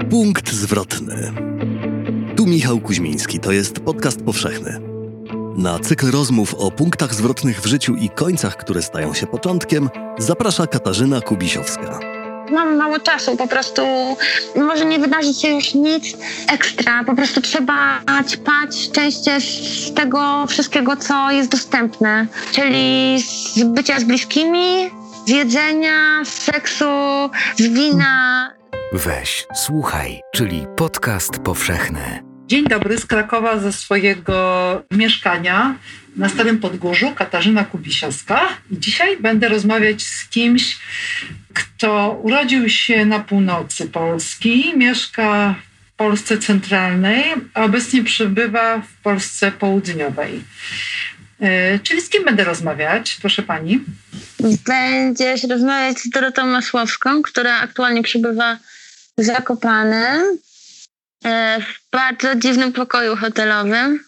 Punkt zwrotny. Tu Michał Kuźmiński, to jest podcast powszechny. Na cykl rozmów o punktach zwrotnych w życiu i końcach, które stają się początkiem, zaprasza Katarzyna Kubisiowska. Mam mało czasu, po prostu może nie wydarzyć się już nic ekstra, po prostu trzeba ćpać szczęście z tego wszystkiego, co jest dostępne, czyli z bycia z bliskimi, z jedzenia, z seksu, z wina. Weź, słuchaj, czyli podcast powszechny. Dzień dobry, z Krakowa ze swojego mieszkania na Starym Podgórzu, Katarzyna Kubisiowska. I dzisiaj będę rozmawiać z kimś, kto urodził się na północy Polski, mieszka w Polsce centralnej, a obecnie przebywa w Polsce południowej. Czyli z kim będę rozmawiać, proszę pani? Będziesz rozmawiać z Dorotą Masłowską, która aktualnie przebywa w Zakopanem, w bardzo dziwnym pokoju hotelowym,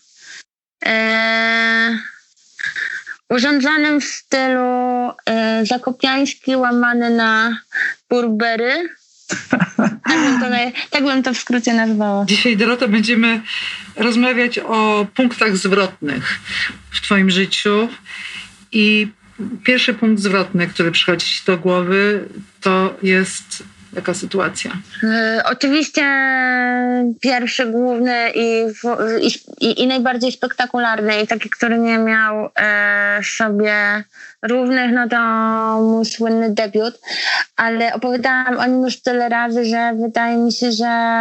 urządzanym w stylu zakopiański łamany na Burberry. Tak bym to w skrócie nazwała. Dzisiaj, Dorota, będziemy rozmawiać o punktach zwrotnych w twoim życiu. I pierwszy punkt zwrotny, który przychodzi ci do głowy, to jest jaka sytuacja? Oczywiście pierwszy, główny i najbardziej spektakularny i taki, który nie miał sobie równych, no to mój słynny debiut, ale opowiadałam o nim już tyle razy, że wydaje mi się,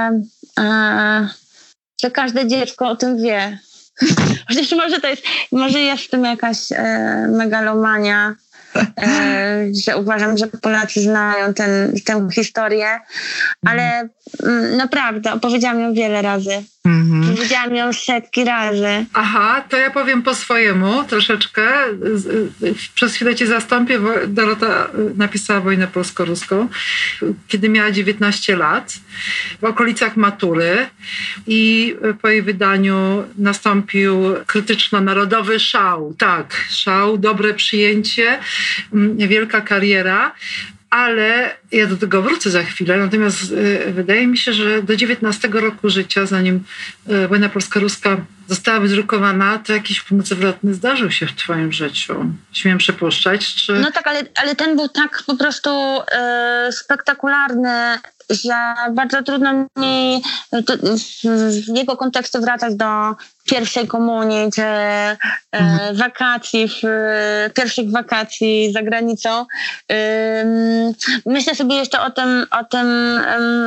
że każde dziecko o tym wie. Chociaż może jest w tym jakaś megalomania, że uważam, że Polacy znają tę historię, ale naprawdę opowiedziałam ją wiele razy. Powiedziałam ją setki razy. Aha, to ja powiem po swojemu troszeczkę. Przez chwilę cię zastąpię, bo Dorota napisała Wojnę polsko-ruską, kiedy miała 19 lat, w okolicach matury, i po jej wydaniu nastąpił krytyczno-narodowy szał. Tak, szał, dobre przyjęcie, wielka kariera. Ale ja do tego wrócę za chwilę. Natomiast wydaje mi się, że do 19 roku życia, zanim Wojna polsko-ruska została wydrukowana, to jakiś punkt zwrotny zdarzył się w twoim życiu. Śmiem przypuszczać, czy... No tak, ale ten był tak po prostu spektakularny, że bardzo trudno mi w jego kontekście wracać do pierwszej komunii, czy pierwszych wakacji za granicą. Myślę sobie jeszcze o tym,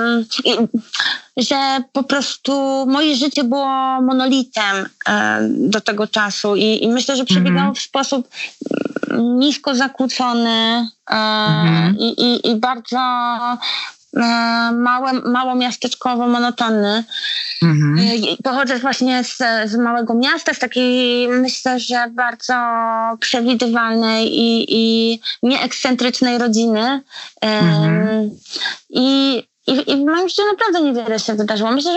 że po prostu moje życie było monolitem do tego czasu i myślę, że przebiegało w sposób nisko zakłócony i bardzo mało miasteczkowo monotonny. Pochodzę właśnie z małego miasta, z takiej, myślę, że bardzo przewidywalnej i nieekscentrycznej rodziny. I w moim życiu naprawdę niewiele się wydarzyło. Myślę,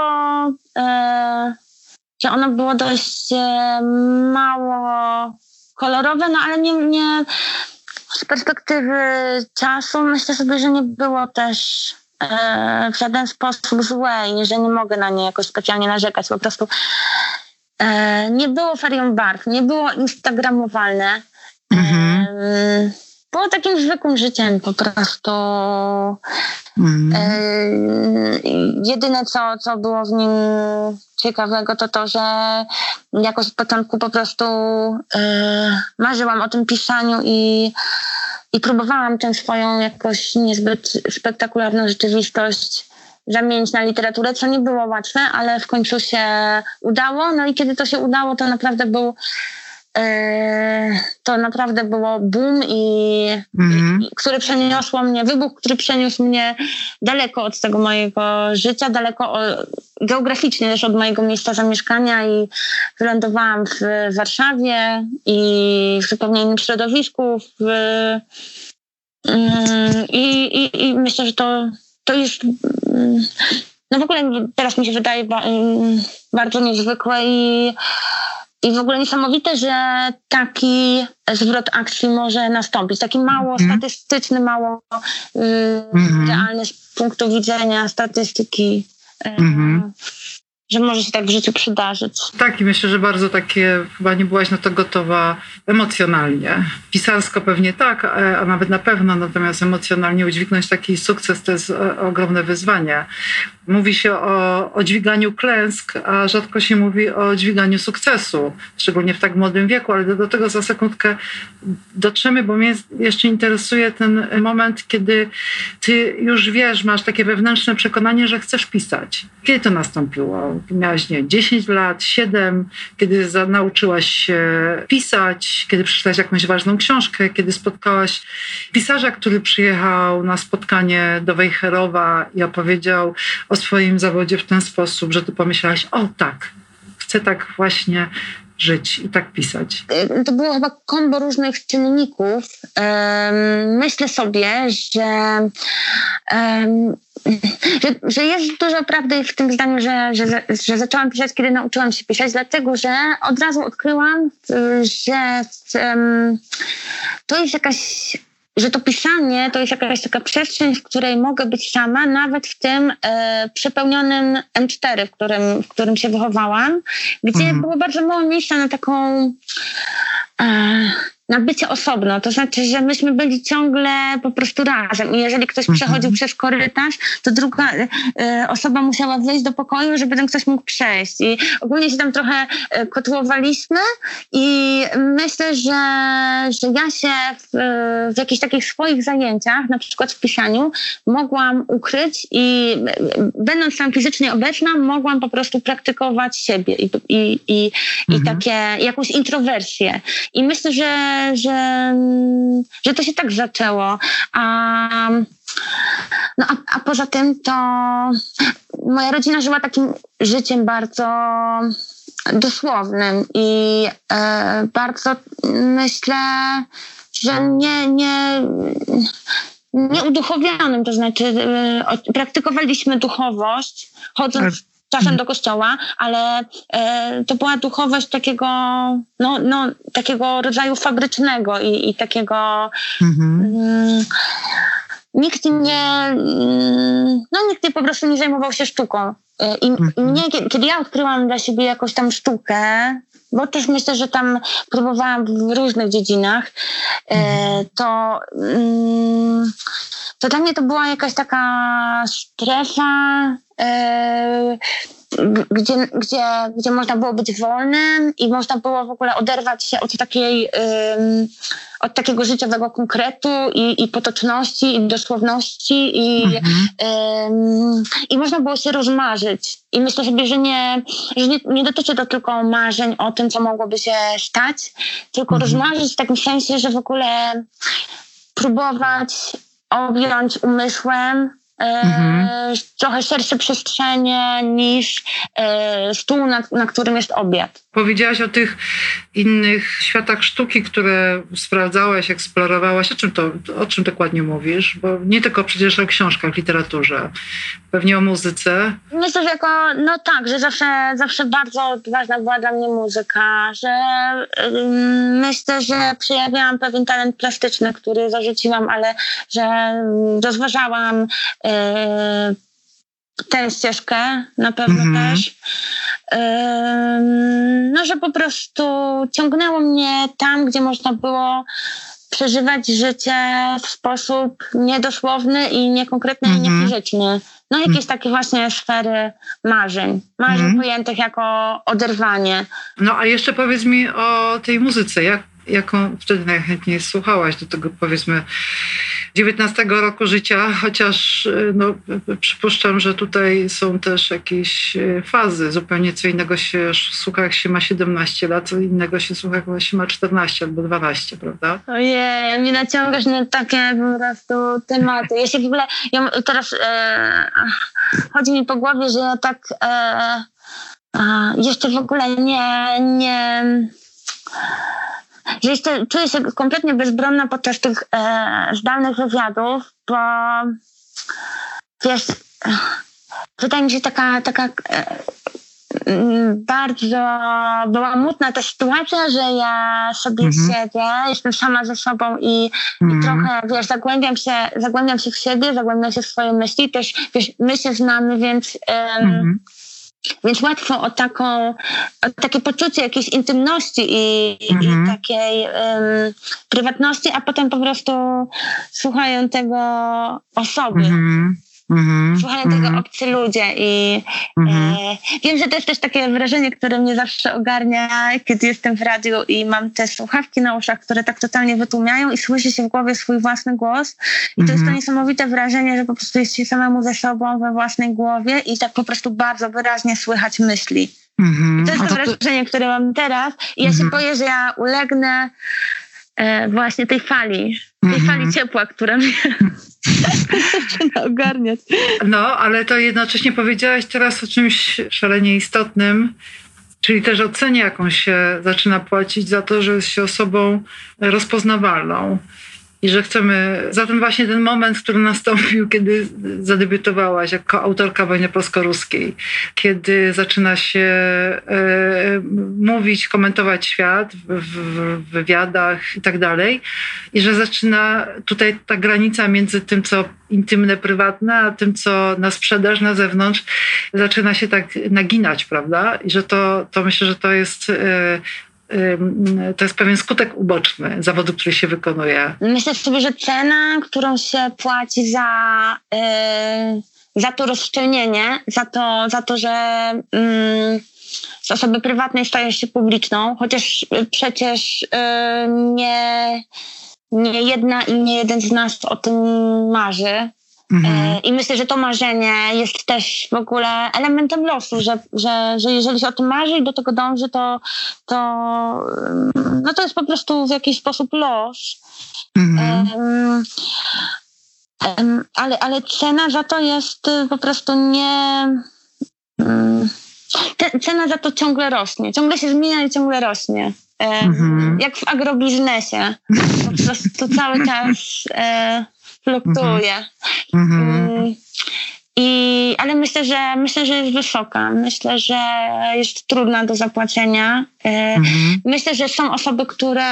że ono było dość mało kolorowe, no ale nie z perspektywy czasu myślę sobie, że nie było też w żaden sposób złe i że nie mogę na nie jakoś specjalnie narzekać. Po prostu nie było ferią barw, nie było instagramowalne. Było takim zwykłym życiem po prostu. Jedyne, co było w nim ciekawego, to że jakoś od początku po prostu marzyłam o tym pisaniu i próbowałam tę swoją jakoś niezbyt spektakularną rzeczywistość zamienić na literaturę, co nie było łatwe, ale w końcu się udało. No i kiedy to się udało, to naprawdę było boom który przeniosło mnie, wybuch, który przeniósł mnie daleko od tego mojego życia, daleko geograficznie też od mojego miejsca zamieszkania i wylądowałam w Warszawie i w zupełnie innym środowisku i myślę, że to jest no w ogóle teraz mi się wydaje bardzo niezwykłe i w ogóle niesamowite, że taki zwrot akcji może nastąpić. Taki mało statystyczny, mało realny punktu widzenia statystyki, że może się tak w życiu przydarzyć. Tak, i myślę, że bardzo takie, chyba nie byłaś na to gotowa emocjonalnie. Pisarsko pewnie tak, a nawet na pewno, natomiast emocjonalnie udźwignąć taki sukces to jest ogromne wyzwanie. Mówi się o dźwiganiu klęsk, a rzadko się mówi o dźwiganiu sukcesu, szczególnie w tak młodym wieku, ale do tego za sekundkę dotrzemy, bo mnie jeszcze interesuje ten moment, kiedy ty już wiesz, masz takie wewnętrzne przekonanie, że chcesz pisać. Kiedy to nastąpiło? Miałaś, nie, 10 lat, 7, kiedy nauczyłaś się pisać, kiedy przeczytałaś jakąś ważną książkę, kiedy spotkałaś pisarza, który przyjechał na spotkanie do Wejherowa i opowiedział o swoim zawodzie w ten sposób, że ty pomyślałaś, o tak, chcę tak właśnie żyć i tak pisać. To było chyba kombo różnych czynników. Myślę sobie, że jest dużo prawdy w tym zdaniu, że zaczęłam pisać, kiedy nauczyłam się pisać, dlatego że od razu odkryłam, że to jest że to pisanie to jest jakaś taka przestrzeń, w której mogę być sama, nawet w tym przepełnionym M4, w którym się wychowałam, gdzie było bardzo mało miejsca na taką na bycie osobno. To znaczy, że myśmy byli ciągle po prostu razem i jeżeli ktoś przechodził przez korytarz, to druga osoba musiała wejść do pokoju, żeby ten ktoś mógł przejść. I ogólnie się tam trochę kotłowaliśmy i myślę, że ja się w jakichś takich swoich zajęciach, na przykład w pisaniu, mogłam ukryć i będąc tam fizycznie obecna, mogłam po prostu praktykować siebie i takie jakąś introwersję. I myślę, że to się tak zaczęło. A poza tym to moja rodzina żyła takim życiem bardzo dosłownym i bardzo myślę, że nie uduchowionym, to znaczy praktykowaliśmy duchowość, chodząc czasem do kościoła, ale to była duchowość takiego, takiego rodzaju fabrycznego i takiego... Nikt po prostu nie zajmował się sztuką. I mnie, kiedy ja odkryłam dla siebie jakąś tam sztukę, bo też myślę, że tam próbowałam w różnych dziedzinach, to dla mnie to była jakaś taka strefa, gdzie można było być wolnym i można było w ogóle oderwać się od takiego życiowego konkretu i potoczności i dosłowności i można było się rozmarzyć. I myślę sobie, że nie dotyczy to tylko marzeń o tym, co mogłoby się stać, tylko rozmarzyć w takim sensie, że w ogóle próbować objąć umysłem trochę szersze przestrzenie niż stół, na którym jest obiad. Powiedziałaś o tych innych światach sztuki, które sprawdzałaś, eksplorowałaś. O czym dokładnie mówisz? Bo nie tylko przecież o książkach, literaturze. Pewnie o muzyce. Myślę, że że zawsze bardzo ważna była dla mnie muzyka, że myślę, że przejawiałam pewien talent plastyczny, który zarzuciłam, ale że rozważałam tę ścieżkę na pewno też. Że po prostu ciągnęło mnie tam, gdzie można było przeżywać życie w sposób niedosłowny i niekonkretny i niefizyczny. Jakieś takie właśnie sfery marzeń pojętych jako oderwanie. A jeszcze powiedz mi o tej muzyce. Jaką wtedy najchętniej słuchałaś do tego, powiedzmy, 19 roku życia, chociaż przypuszczam, że tutaj są też jakieś fazy. Zupełnie co innego się słucha, jak się ma 17 lat, co innego się słucha, jak się ma 14 albo 12, prawda? Ojej, mnie naciągasz na takie po prostu tematy. Ja się w ogóle, teraz chodzi mi po głowie, że ja tak jeszcze w ogóle że jeszcze czuję się kompletnie bezbronna podczas tych zdalnych wywiadów, bo wiesz, wydaje mi się taka bardzo była mutna ta sytuacja, że ja sobie siedzę, jestem sama ze sobą i trochę, wiesz, zagłębiam się w siebie, zagłębiam się w swoje myśli, też, wiesz, my się znamy, więc łatwo o takie poczucie jakiejś intymności i takiej prywatności, a potem po prostu słuchają tego osoby. Słuchają tego obcy ludzie i wiem, że to jest też takie wrażenie, które mnie zawsze ogarnia, kiedy jestem w radiu i mam te słuchawki na uszach, które tak totalnie wytłumiają i słyszy się w głowie swój własny głos i to jest to niesamowite wrażenie, że po prostu jest się samemu ze sobą we własnej głowie i tak po prostu bardzo wyraźnie słychać myśli. I to jest to wrażenie, które mam teraz i ja się boję, że ja ulegnę właśnie tej fali ciepła, która mnie zaczyna ogarniać. No, ale to jednocześnie powiedziałaś teraz o czymś szalenie istotnym, czyli też o cenie, jaką się zaczyna płacić za to, że jest się osobą rozpoznawalną. I że chcemy, zatem właśnie ten moment, który nastąpił, kiedy zadebiutowałaś jako autorka Wojny polsko-ruskiej, kiedy zaczyna się mówić, komentować świat w wywiadach i tak dalej, i że zaczyna tutaj ta granica między tym, co intymne, prywatne, a tym, co na sprzedaż, na zewnątrz, zaczyna się tak naginać, prawda? I że to myślę, że to jest pewien skutek uboczny zawodu, który się wykonuje. Myślę sobie, że cena, którą się płaci za to rozszczelnienie, za to, że z osoby prywatnej stajesz się publiczną, chociaż przecież nie jedna i nie jeden z nas o tym marzy. I myślę, że to marzenie jest też w ogóle elementem losu, że jeżeli się o tym marzy i do tego dąży, to jest po prostu w jakiś sposób los. Ale cena za to jest po prostu cena za to ciągle rośnie. Ciągle się zmienia i ciągle rośnie. Jak w agrobiznesie. Po prostu cały czas fluktuuje. Ale myślę, że jest wysoka. Myślę, że jest trudna do zapłacenia. Myślę, że są osoby, które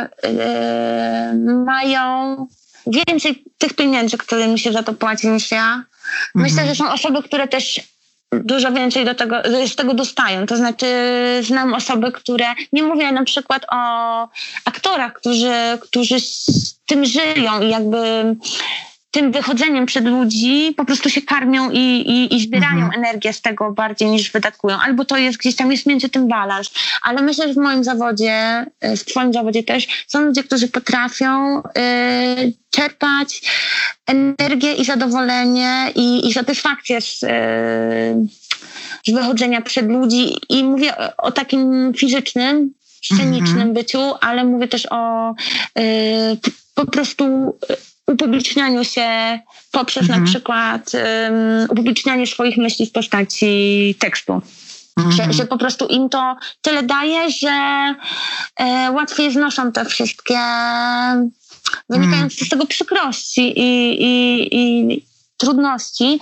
mają więcej tych pieniędzy, które mi się za to płaci niż ja. Myślę, że są osoby, które też dużo więcej z tego dostają. To znaczy znam osoby, które, nie mówię na przykład o aktorach, którzy z tym żyją i jakby tym wychodzeniem przed ludzi po prostu się karmią i zbierają energię z tego bardziej niż wydatkują. Albo to jest gdzieś tam, jest między tym balans. Ale myślę, że w moim zawodzie, w twoim zawodzie też są ludzie, którzy potrafią czerpać energię i zadowolenie i satysfakcję z wychodzenia przed ludzi. I mówię o takim fizycznym, scenicznym byciu, ale mówię też o po prostu upublicznianiu się poprzez na przykład upublicznianie swoich myśli w postaci tekstu. Że po prostu im to tyle daje, że łatwiej znoszą te wszystkie wynikające z tego przykrości i trudności.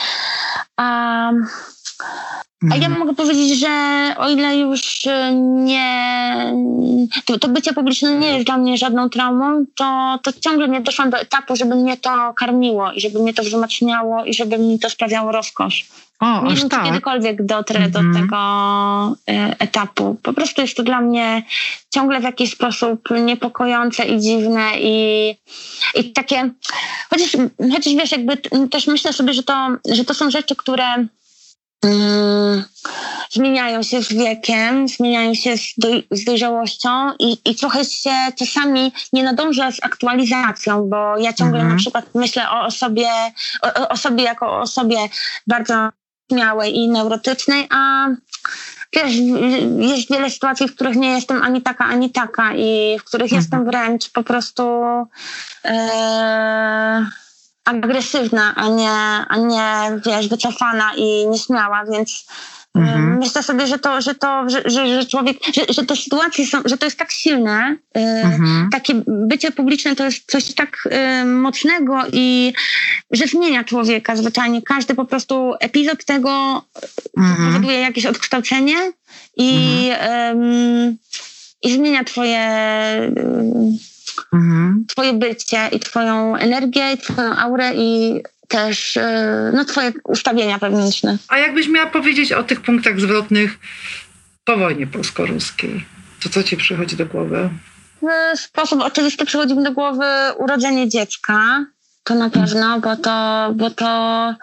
A ja mogę powiedzieć, że o ile już to bycie publiczne nie jest dla mnie żadną traumą, to ciągle nie doszłam do etapu, żeby mnie to karmiło i żeby mnie to wzmacniało i żeby mi to sprawiało rozkosz. Nie wiem, czy kiedykolwiek dotrę do tego etapu. Po prostu jest to dla mnie ciągle w jakiś sposób niepokojące i dziwne i takie, chociaż wiesz, jakby też myślę sobie, że to są rzeczy, które zmieniają się z wiekiem, zmieniają się z dojrzałością i trochę się czasami nie nadąża z aktualizacją, bo ja ciągle na przykład myślę o sobie jako o osobie bardzo śmiałej i neurotycznej, a wiesz, jest wiele sytuacji, w których nie jestem ani taka i w których jestem wręcz po prostu agresywna, a nie wiesz, wycofana i nieśmiała, więc Myślę sobie, że człowiek, że te sytuacje są, że to jest tak silne, takie bycie publiczne to jest coś tak mocnego i że zmienia człowieka zwyczajnie. Każdy po prostu epizod tego powoduje jakieś odkształcenie i zmienia twoje bycie i twoją energię i twoją aurę i też twoje ustawienia wewnętrzne. A jakbyś miała powiedzieć o tych punktach zwrotnych po wojnie polsko-ruskiej, to co ci przychodzi do głowy? Sposób oczywisty przychodzi mi do głowy urodzenie dziecka. To na pewno, bo to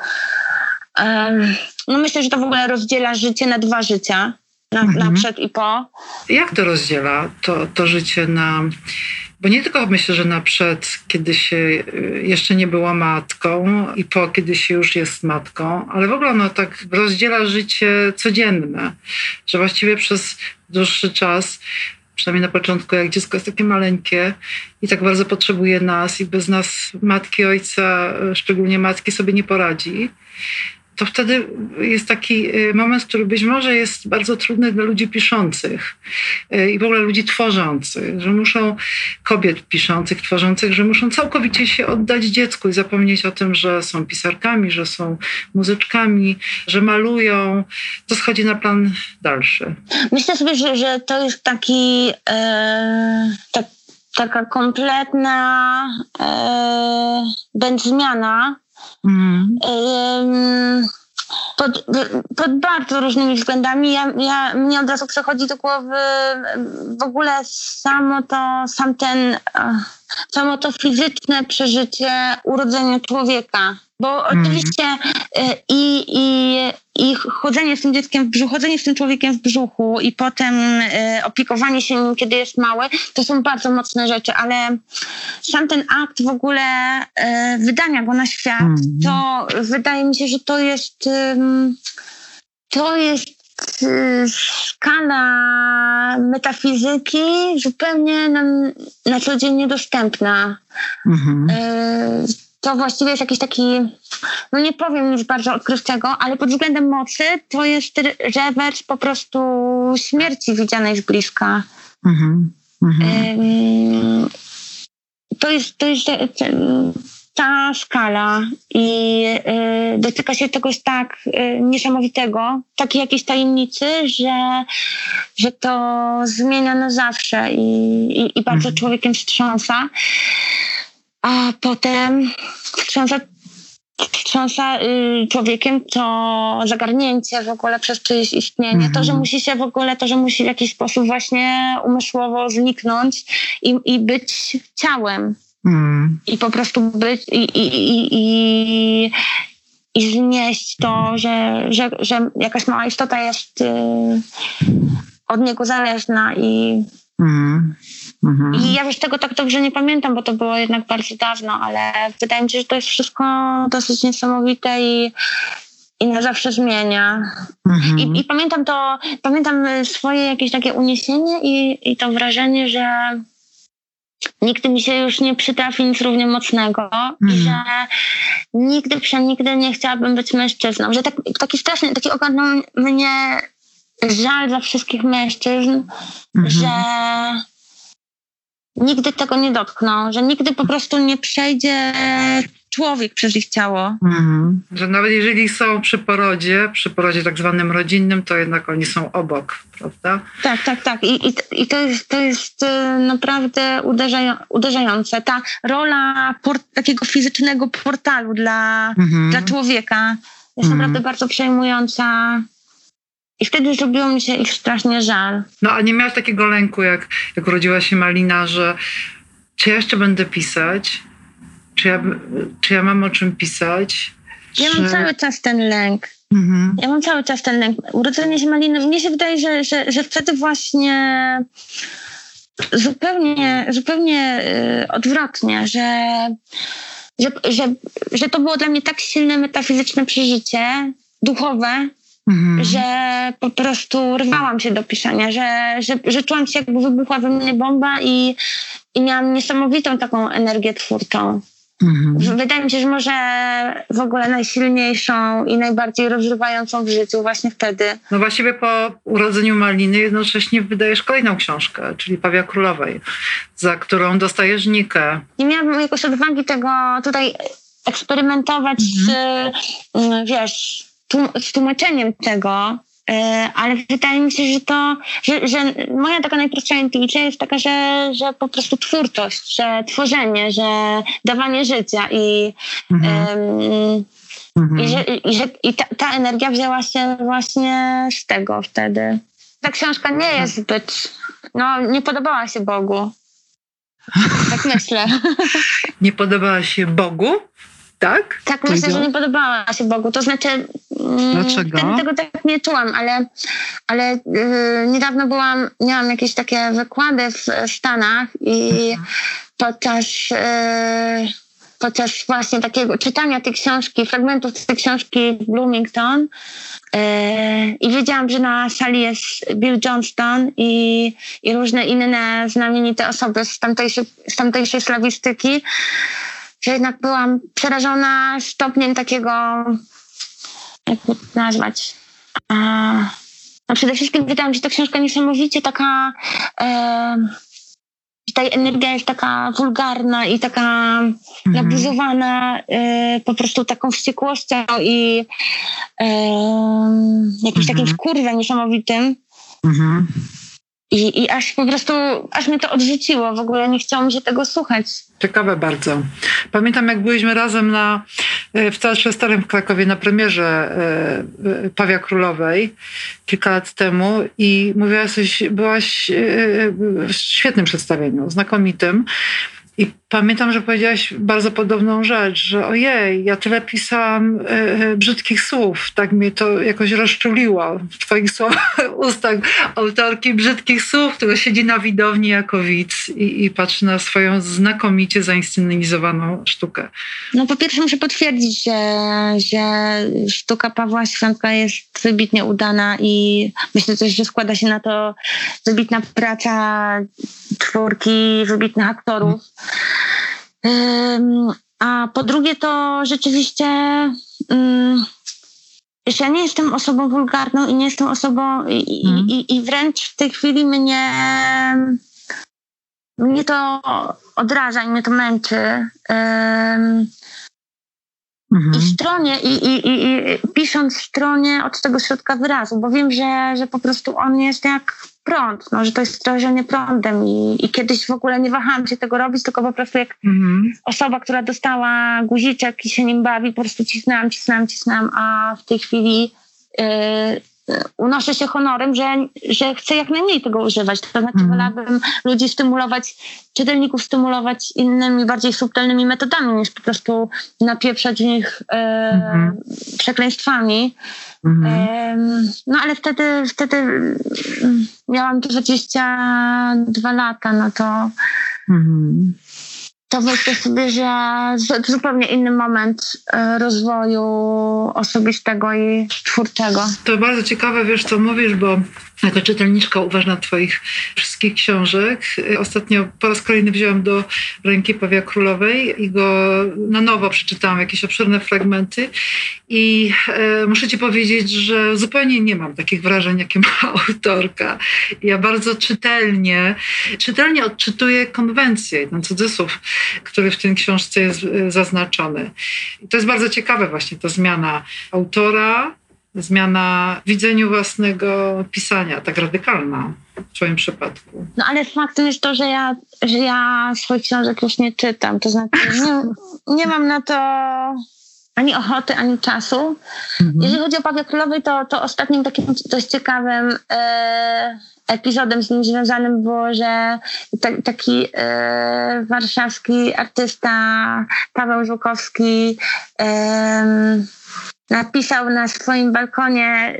myślę, że to w ogóle rozdziela życie na 2 życia. Na przed i po. Jak to rozdziela to życie na... Bo nie tylko myślę, że na przed, kiedy się jeszcze nie była matką i po, kiedy się już jest matką, ale w ogóle ono tak rozdziela życie codzienne, że właściwie przez dłuższy czas, przynajmniej na początku, jak dziecko jest takie maleńkie i tak bardzo potrzebuje nas i bez nas matki, ojca, szczególnie matki, sobie nie poradzi, to wtedy jest taki moment, który być może jest bardzo trudny dla ludzi piszących i w ogóle ludzi tworzących, że muszą, kobiet piszących, tworzących, że muszą całkowicie się oddać dziecku i zapomnieć o tym, że są pisarkami, że są muzyczkami, że malują. To schodzi na plan dalszy. Myślę sobie, że to jest taki... taka kompletna zmiana pod bardzo różnymi względami. Mnie od razu przychodzi do głowy w ogóle samo to fizyczne przeżycie urodzenia człowieka. Bo oczywiście i chodzenie z tym dzieckiem w brzuchu, chodzenie z tym człowiekiem w brzuchu i potem opiekowanie się nim, kiedy jest mały, to są bardzo mocne rzeczy, ale sam ten akt w ogóle wydania go na świat, to wydaje mi się, że to jest skala metafizyki zupełnie nam na co dzień niedostępna. To właściwie jest jakiś taki, nie powiem nic bardzo odkrywczego, ale pod względem mocy to jest rewers po prostu śmierci widzianej z bliska. To jest ta skala i dotyka się czegoś tak niesamowitego, takiej jakiejś tajemnicy, że to zmienia na zawsze i bardzo człowiekiem wstrząsa. A potem wstrząsa człowiekiem to zagarnięcie w ogóle przez czyjeś istnienie. To, że musi się w ogóle, to, że musi w jakiś sposób właśnie umysłowo zniknąć i być ciałem. I po prostu być i znieść to, że jakaś mała istota jest od niego zależna i ja już tego tak dobrze nie pamiętam, bo to było jednak bardzo dawno, ale wydaje mi się, że to jest wszystko dosyć niesamowite i na zawsze zmienia. I pamiętam swoje jakieś takie uniesienie i to wrażenie, że nigdy mi się już nie przytrafi nic równie mocnego i że nigdy nie chciałabym być mężczyzną. Że taki straszny, taki ogarnął mnie żal dla wszystkich mężczyzn, że nigdy tego nie dotkną, że nigdy po prostu nie przejdzie człowiek przez ich ciało. Że nawet jeżeli są przy porodzie tak zwanym rodzinnym, to jednak oni są obok, prawda? Tak. I to jest naprawdę uderzające. Ta rola takiego fizycznego portalu dla człowieka jest naprawdę bardzo przejmująca. I wtedy zrobiło mi się ich strasznie żal. No a nie miałaś takiego lęku, jak urodziła się Malina, że czy ja jeszcze będę pisać? Czy ja mam o czym pisać? Ja mam cały czas ten lęk. Urodzenie się Maliny, mnie się wydaje, że wtedy właśnie zupełnie odwrotnie, że to było dla mnie tak silne metafizyczne przeżycie, duchowe, że po prostu rwałam się do pisania, że czułam się, jakby wybuchła we mnie bomba i miałam niesamowitą taką energię twórczą. Wydaje mi się, że może w ogóle najsilniejszą i najbardziej rozrywającą w życiu właśnie wtedy. No właściwie po urodzeniu Maliny jednocześnie wydajesz kolejną książkę, czyli Pawia Królowej, za którą dostajesz Nikę. Nie miałabym jakoś odwagi tego tutaj eksperymentować z tłumaczeniem tego, ale wydaje mi się, że moja taka najprostsza intuicja jest taka, że po prostu twórczość, że tworzenie, że dawanie życia i ta energia wzięła się właśnie z tego wtedy. Ta książka nie jest zbyt, nie podobała się Bogu. Tak myślę. Nie podobała się Bogu? Tak? Tak, myślę, że nie podobała się Bogu. To znaczy, dlaczego? Wtedy tego tak nie czułam, ale niedawno miałam jakieś takie wykłady w Stanach i podczas właśnie takiego czytania tej książki, fragmentów tej książki w Bloomington i wiedziałam, że na sali jest Bill Johnston i różne inne znamienite osoby z tamtejszej slawistyki, że jednak byłam przerażona stopniem takiego, jak to nazwać, przede wszystkim wydaje mi się ta książka niesamowicie taka, ta energia jest taka wulgarna i taka nabuzowana po prostu taką wściekłością i jakimś takim wkurwem niesamowitym. I aż mnie to odrzuciło. W ogóle nie chciało mi się tego słuchać. Ciekawe bardzo. Pamiętam, jak byliśmy razem w Teatrze Starym w Krakowie na premierze Pawia Królowej kilka lat temu i byłaś w świetnym przedstawieniu, znakomitym. I pamiętam, że powiedziałaś bardzo podobną rzecz, że ojej, ja tyle pisałam brzydkich słów, tak mnie to jakoś rozczuliło w twoich ustach autorki brzydkich słów, która siedzi na widowni jako widz i patrzy na swoją znakomicie zainscenizowaną sztukę. No po pierwsze muszę potwierdzić, że sztuka Pawła Świątka jest wybitnie udana i myślę też, że składa się na to wybitna praca twórki, wybitnych aktorów. A po drugie to rzeczywiście ja nie jestem osobą wulgarną i nie jestem osobą i wręcz w tej chwili mnie to odraża i mnie to męczy. I stronie, i pisząc stronie od tego środka wyrazu, bo wiem, że po prostu on jest jak prąd, że to jest rażenie prądem i kiedyś w ogóle nie wahałam się tego robić, tylko po prostu jak osoba, która dostała guziczek i się nim bawi, po prostu cisnęłam, a w tej chwili unoszę się honorem, że chcę jak najmniej tego używać. To znaczy wolałabym ludzi stymulować, czytelników stymulować innymi, bardziej subtelnymi metodami, niż po prostu napieprzać w nich przekleństwami. No ale wtedy miałam 22 lata, to myślę sobie, że zupełnie inny moment rozwoju osobistego i twórczego. To bardzo ciekawe, wiesz, co mówisz, bo jako czytelniczka uważna twoich wszystkich książek. Ostatnio po raz kolejny wzięłam do ręki Pawia Królowej i go na nowo przeczytałam, jakieś obszerne fragmenty i muszę ci powiedzieć, że zupełnie nie mam takich wrażeń, jakie ma autorka. Ja bardzo czytelnie odczytuję konwencję, ten cudzysłów, który w tej książce jest zaznaczony. I to jest bardzo ciekawe właśnie, ta zmiana autora, zmiana w widzeniu własnego pisania, tak radykalna w twoim przypadku. No ale faktem jest to, że ja swoich książek już nie czytam. To znaczy nie mam na to ani ochoty, ani czasu. Jeżeli chodzi o Pawia Królowej, to ostatnim takim dość ciekawym epizodem z nim związanym było, że taki warszawski artysta Paweł Żukowski napisał na swoim balkonie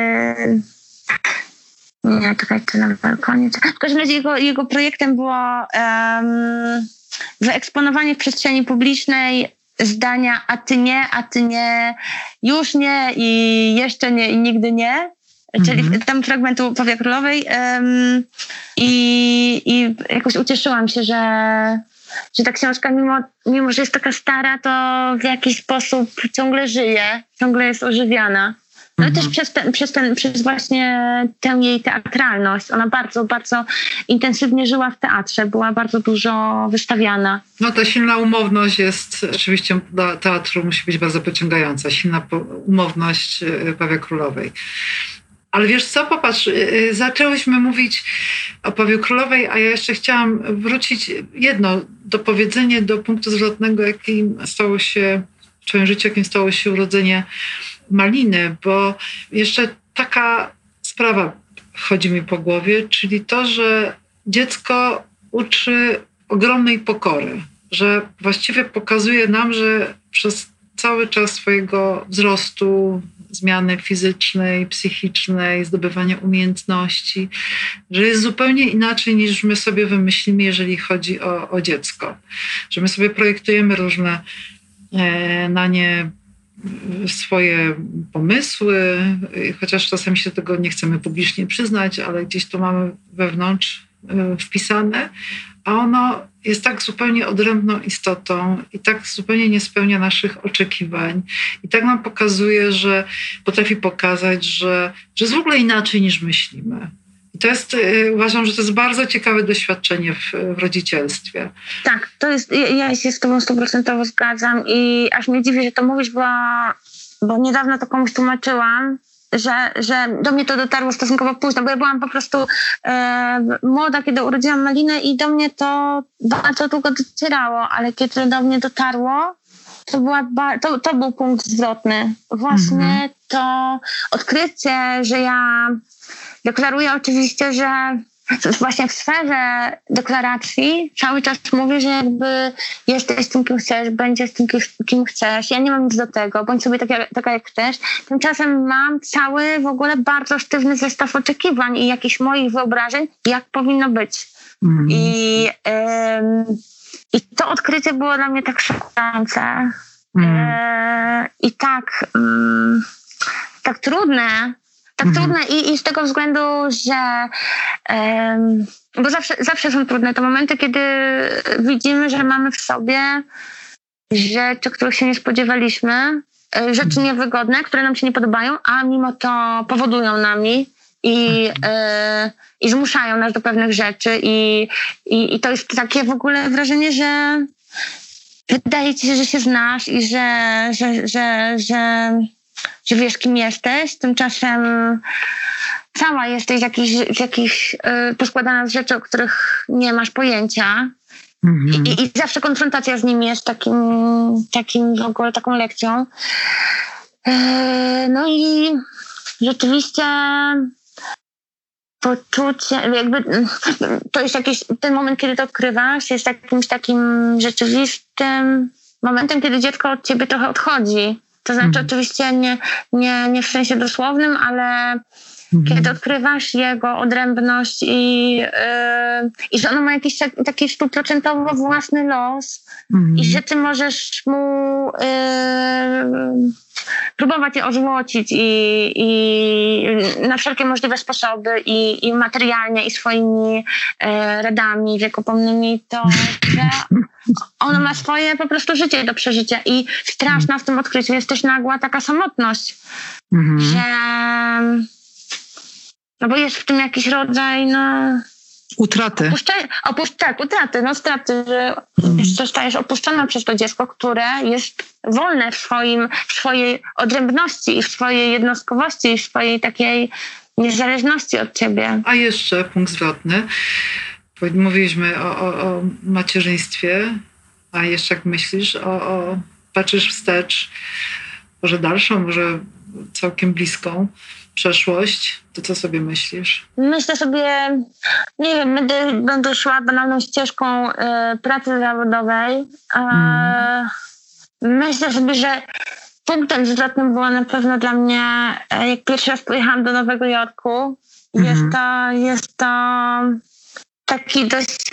czy na balkonie. W każdym razie jego projektem było wyeksponowanie w przestrzeni publicznej zdania a ty nie, już nie i jeszcze nie i nigdy nie. Czyli tam fragmentu Pawia Królowej i jakoś ucieszyłam się, ta książka, mimo że jest taka stara, to w jakiś sposób ciągle żyje, ciągle jest ożywiana. No i też przez właśnie tę jej teatralność. Ona bardzo, bardzo intensywnie żyła w teatrze, była bardzo dużo wystawiana. No ta silna umowność jest oczywiście dla teatru musi być bardzo pociągająca. Silna umowność Pawie Królowej. Ale wiesz co, popatrz, zaczęłyśmy mówić o Pawie Królowej, a ja jeszcze chciałam wrócić do powiedzenia do punktu zwrotnego, jakim stało się w twoim życiu, jakim stało się urodzenie Maliny, bo jeszcze taka sprawa chodzi mi po głowie, czyli to, że dziecko uczy ogromnej pokory, że właściwie pokazuje nam, że przez cały czas swojego wzrostu, zmiany fizycznej, psychicznej, zdobywania umiejętności, że jest zupełnie inaczej niż my sobie wymyślimy, jeżeli chodzi o dziecko. Że my sobie projektujemy różne na nie swoje pomysły, chociaż czasem się tego nie chcemy publicznie przyznać, ale gdzieś to mamy wewnątrz wpisane, a ono jest tak zupełnie odrębną istotą i tak zupełnie nie spełnia naszych oczekiwań i tak nam pokazuje, że potrafi pokazać, że jest w ogóle inaczej niż myślimy. I to jest, uważam, że to jest bardzo ciekawe doświadczenie w rodzicielstwie. Tak, to jest, ja się z tobą 100% zgadzam i aż mnie dziwi, że to mówisz, bo niedawno to komuś tłumaczyłam, że do mnie to dotarło stosunkowo późno, bo ja byłam po prostu młoda, kiedy urodziłam Malinę i do mnie to bardzo długo docierało, ale kiedy do mnie dotarło, to był punkt zwrotny. Właśnie to odkrycie, że ja deklaruję oczywiście, że właśnie w sferze deklaracji cały czas mówię, że jakby jesteś tym, kim chcesz, będziesz tym, kim chcesz. Ja nie mam nic do tego, bądź sobie taka jak chcesz. Tymczasem mam cały w ogóle bardzo sztywny zestaw oczekiwań i jakichś moich wyobrażeń, jak powinno być. I to odkrycie było dla mnie tak szokujące. I tak trudne. Tak trudne i z tego względu, że bo zawsze są trudne te momenty, kiedy widzimy, że mamy w sobie rzeczy, których się nie spodziewaliśmy, rzeczy niewygodne, które nam się nie podobają, a mimo to powodują nami i zmuszają nas do pewnych rzeczy i to jest takie w ogóle wrażenie, że wydaje ci się, że się znasz i że wiesz, kim jesteś, tymczasem sama jesteś jakiś poskładana z rzeczy, o których nie masz pojęcia. I zawsze konfrontacja z nimi jest takim w ogóle taką lekcją. No i rzeczywiście poczucie, jakby to jest jakiś, ten moment, kiedy to odkrywasz, jest jakimś takim rzeczywistym momentem, kiedy dziecko od ciebie trochę odchodzi. To znaczy oczywiście nie w sensie dosłownym, ale kiedy odkrywasz jego odrębność i że ono ma jakiś taki 100% własny los i że ty możesz mu próbować je ozłocić i na wszelkie możliwe sposoby i materialnie i swoimi radami wiekopomnymi, to że ono ma swoje po prostu życie do przeżycia i straszna w tym odkryciu jest też nagła taka samotność, że no bo jest w tym jakiś rodzaj utraty. Utraty, straty, że zostajesz opuszczona przez to dziecko, które jest wolne w swojej odrębności i w swojej jednostkowości i w swojej takiej niezależności od ciebie. A jeszcze punkt zwrotny. Mówiliśmy o macierzyństwie, a jeszcze jak myślisz, patrzysz wstecz, może dalszą, może całkiem bliską przeszłość, to co sobie myślisz? Myślę sobie, nie wiem, będę szła banalną ścieżką pracy zawodowej. Myślę sobie, że punktem zwrotnym było na pewno dla mnie, jak pierwszy raz pojechałam do Nowego Jorku. Jest to taki dość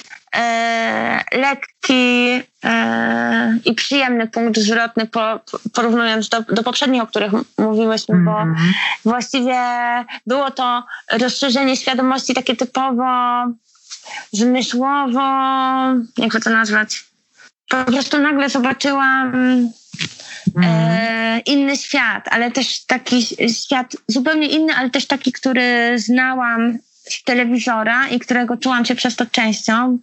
lekki i przyjemny punkt zwrotny, porównując do poprzednich, o których mówiłyśmy, bo właściwie było to rozszerzenie świadomości takie typowo zmysłowo, jak to nazwać, po prostu nagle zobaczyłam inny świat, ale też taki świat zupełnie inny, ale też taki, który znałam z telewizora i którego czułam się przez to częścią.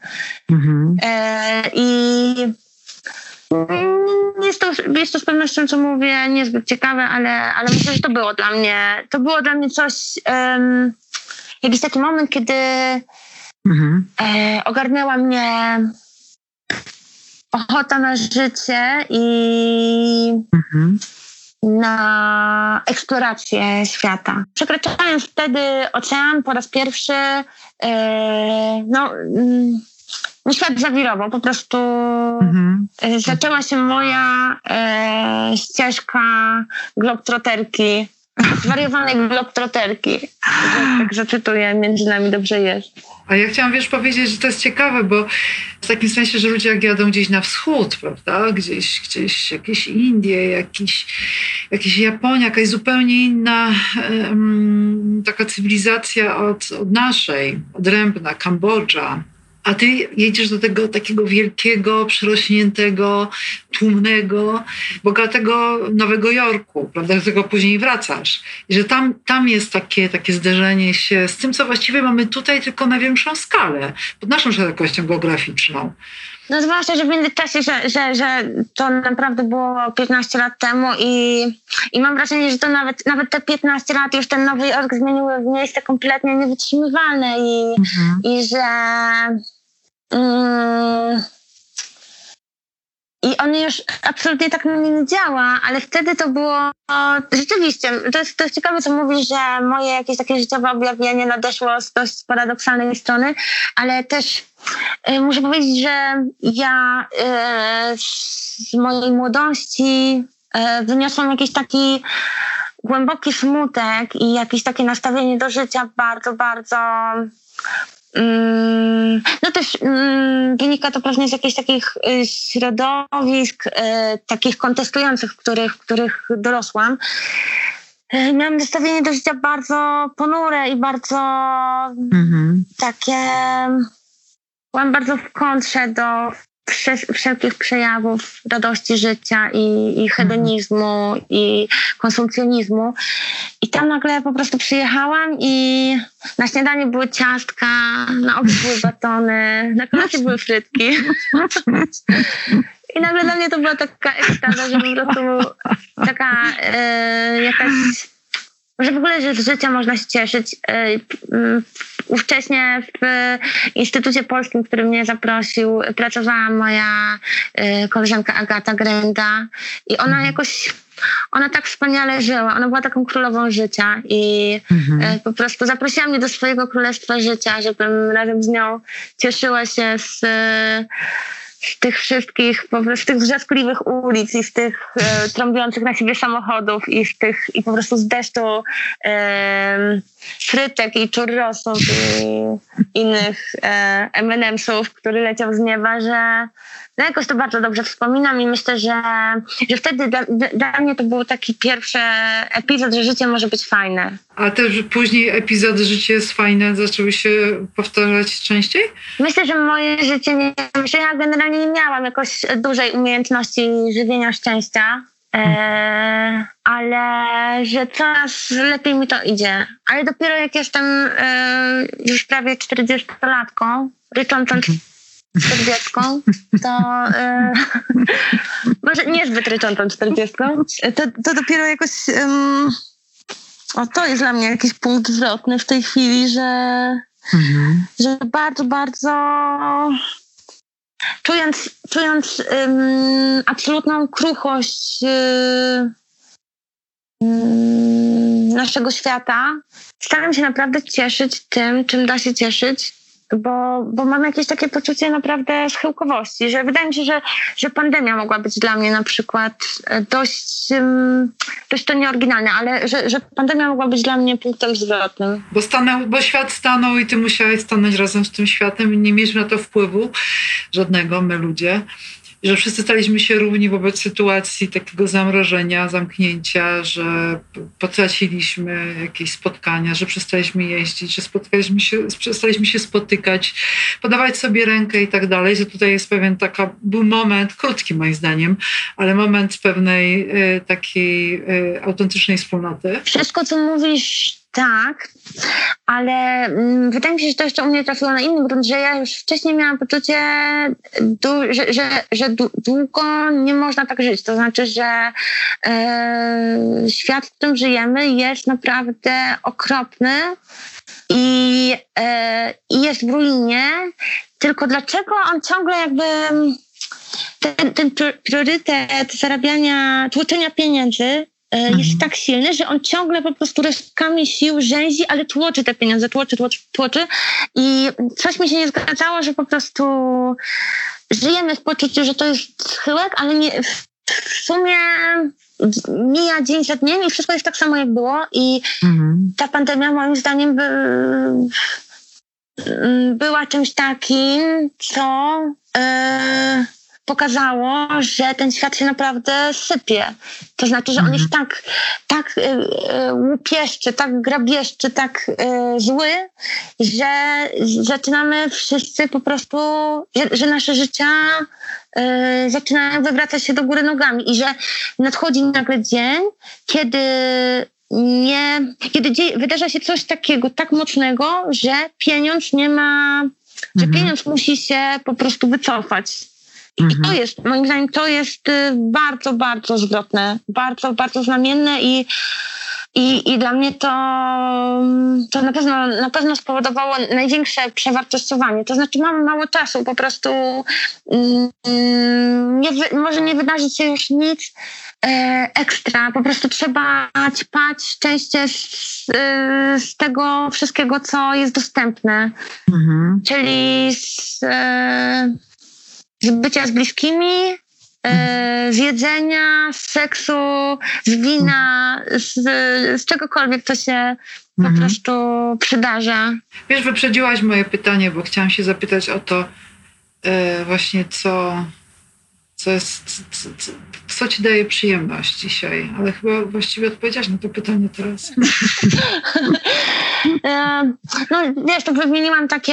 I jest to z pewnością, co mówię, niezbyt ciekawe, ale myślę, że to było dla mnie coś, jakiś taki moment, kiedy ogarnęła mnie ochota na życie i na eksplorację świata. Przekraczając wtedy ocean po raz pierwszy, świat zawirował. Po prostu zaczęła się moja ścieżka globtroterki, zwariowanej globtroterki. Tak zacytuję, między nami dobrze jest. A ja chciałam, powiedzieć, że to jest ciekawe, bo w takim sensie, że ludzie jak jadą gdzieś na wschód, prawda, gdzieś jakieś Indie, jakieś Japonia, jakaś zupełnie inna taka cywilizacja od naszej, odrębna, Kambodża. A ty jedziesz do tego takiego wielkiego, przerośniętego, tłumnego, bogatego Nowego Jorku, prawda, do tego później wracasz. I że tam jest takie zderzenie się z tym, co właściwie mamy tutaj, tylko na większą skalę, pod naszą szerokością geograficzną. No zwłaszcza, że w międzyczasie, że to naprawdę było 15 lat temu i mam wrażenie, że to nawet te 15 lat już ten Nowy Jork zmieniły w miejsce kompletnie niewytrzymywalne i że i on już absolutnie tak na mnie nie działa, ale wtedy to było rzeczywiście, to jest ciekawe, co mówisz, że moje jakieś takie życiowe objawienie nadeszło z dość paradoksalnej strony, ale też muszę powiedzieć, że ja z mojej młodości wyniosłam jakiś taki głęboki smutek i jakieś takie nastawienie do życia bardzo, bardzo też wynika to pewnie z jakichś takich środowisk takich kontestujących, w których dorosłam. Miałam nastawienie do życia bardzo ponure i bardzo takie... Byłam bardzo w kontrze do wszelkich przejawów radości życia i hedonizmu i konsumpcjonizmu. I tam nagle po prostu przyjechałam i na śniadanie były ciastka, na obiad były batony, na kolację były frytki. I nagle dla mnie to była taka ekstaza, że po prostu taka jakaś... Że w ogóle, że z życia można się cieszyć. Ówcześnie w Instytucie Polskim, który mnie zaprosił, pracowała moja koleżanka Agata Grenda i ona tak wspaniale żyła. Ona była taką królową życia i po prostu zaprosiła mnie do swojego królestwa życia, żebym razem z nią cieszyła się z tych wszystkich, po prostu z tych wrzaskliwych ulic i z tych trąbiących na siebie samochodów i po prostu z deszczu frytek i churrosów i innych M&M'sów, który leciał z nieba, że jakoś to bardzo dobrze wspominam i myślę, że wtedy dla mnie to był taki pierwszy epizod, że życie może być fajne. A też później epizody życie jest fajne zaczęły się powtarzać częściej? Myślę, że moje życie ja generalnie nie miałam jakoś dużej umiejętności żywienia szczęścia, ale że coraz lepiej mi to idzie. Ale dopiero jak jestem już prawie 40-latką, ryczącą 40-ką, to może niezbyt ryczącą 40-ką, to dopiero jakoś to jest dla mnie jakiś punkt zwrotny w tej chwili, że bardzo, bardzo czując absolutną kruchość naszego świata, staram się naprawdę cieszyć tym, czym da się cieszyć, bo mam jakieś takie poczucie naprawdę schyłkowości, że wydaje mi się, że pandemia mogła być dla mnie na przykład dość to nieoryginalne, ale że pandemia mogła być dla mnie punktem zwrotnym. Bo świat stanął i ty musiałeś stanąć razem z tym światem i nie mieliśmy na to wpływu żadnego, my ludzie. że wszyscy staliśmy się równi wobec sytuacji takiego zamrożenia, zamknięcia, że potraciliśmy jakieś spotkania, że przestaliśmy jeździć, że przestaliśmy się spotykać, podawać sobie rękę i tak dalej, że tutaj jest był moment, krótki moim zdaniem, ale moment pewnej takiej autentycznej wspólnoty. Wszystko, co mówisz, tak, ale wydaje mi się, że to jeszcze u mnie trafiło na inny grunt, że ja już wcześniej miałam poczucie, że długo nie można tak żyć. To znaczy, że świat, w którym żyjemy, jest naprawdę okropny i jest w ruinie. Tylko dlaczego on ciągle jakby... Ten priorytet tłoczenia pieniędzy jest tak silny, że on ciągle po prostu resztkami sił rzęzi, ale tłoczy te pieniądze, tłoczy. I coś mi się nie zgadzało, że po prostu żyjemy w poczuciu, że to jest schyłek, ale nie, w sumie mija dzień za dniem i wszystko jest tak samo, jak było. I ta pandemia moim zdaniem była czymś takim, co pokazało, że ten świat się naprawdę sypie. To znaczy, że on jest tak łupieszczy, tak grabieszczy, tak zły, że zaczynamy wszyscy po prostu, że nasze życia zaczynają wywracać się do góry nogami i że nadchodzi nagle dzień, kiedy wydarza się coś takiego, tak mocnego, że pieniądz nie ma, że pieniądz musi się po prostu wycofać. I to jest, moim zdaniem, to jest bardzo, bardzo zwrotne, bardzo, bardzo znamienne i dla mnie to na pewno spowodowało największe przewartościowanie. To znaczy mam mało czasu, po prostu może nie wydarzyć się już nic ekstra. Po prostu trzeba ćpać szczęście z tego wszystkiego, co jest dostępne. Czyli z bycia z bliskimi, z jedzenia, z seksu, z wina, z czegokolwiek, co się po prostu przydarza. Wiesz, wyprzedziłaś moje pytanie, bo chciałam się zapytać o to właśnie, co ci daje przyjemność dzisiaj, ale chyba właściwie odpowiedziałaś na to pytanie teraz. No wiesz, to wymieniłam takie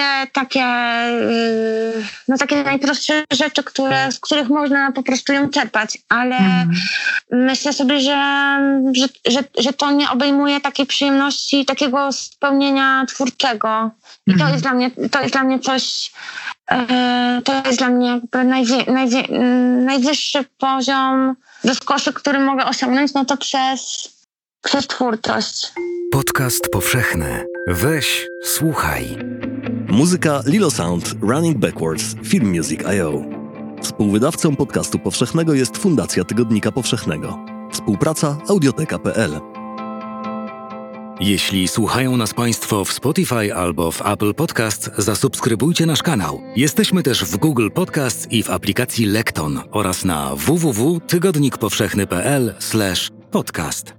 najprostsze rzeczy, z których można po prostu ją czerpać, ale myślę sobie, że to nie obejmuje takiej przyjemności, takiego spełnienia twórczego. I to jest dla mnie coś, to jest dla mnie najwyższy poziom rozkoszy, który mogę osiągnąć, no to przez twórczość. Podcast powszechny. Weź, słuchaj. Muzyka Lilo Sound, Running Backwards, Film Music.io. Współwydawcą podcastu powszechnego jest Fundacja Tygodnika Powszechnego. Współpraca Audioteka.pl. Jeśli słuchają nas Państwo w Spotify albo w Apple Podcast, zasubskrybujcie nasz kanał. Jesteśmy też w Google Podcast i w aplikacji Lekton oraz na www.tygodnikpowszechny.pl/podcast.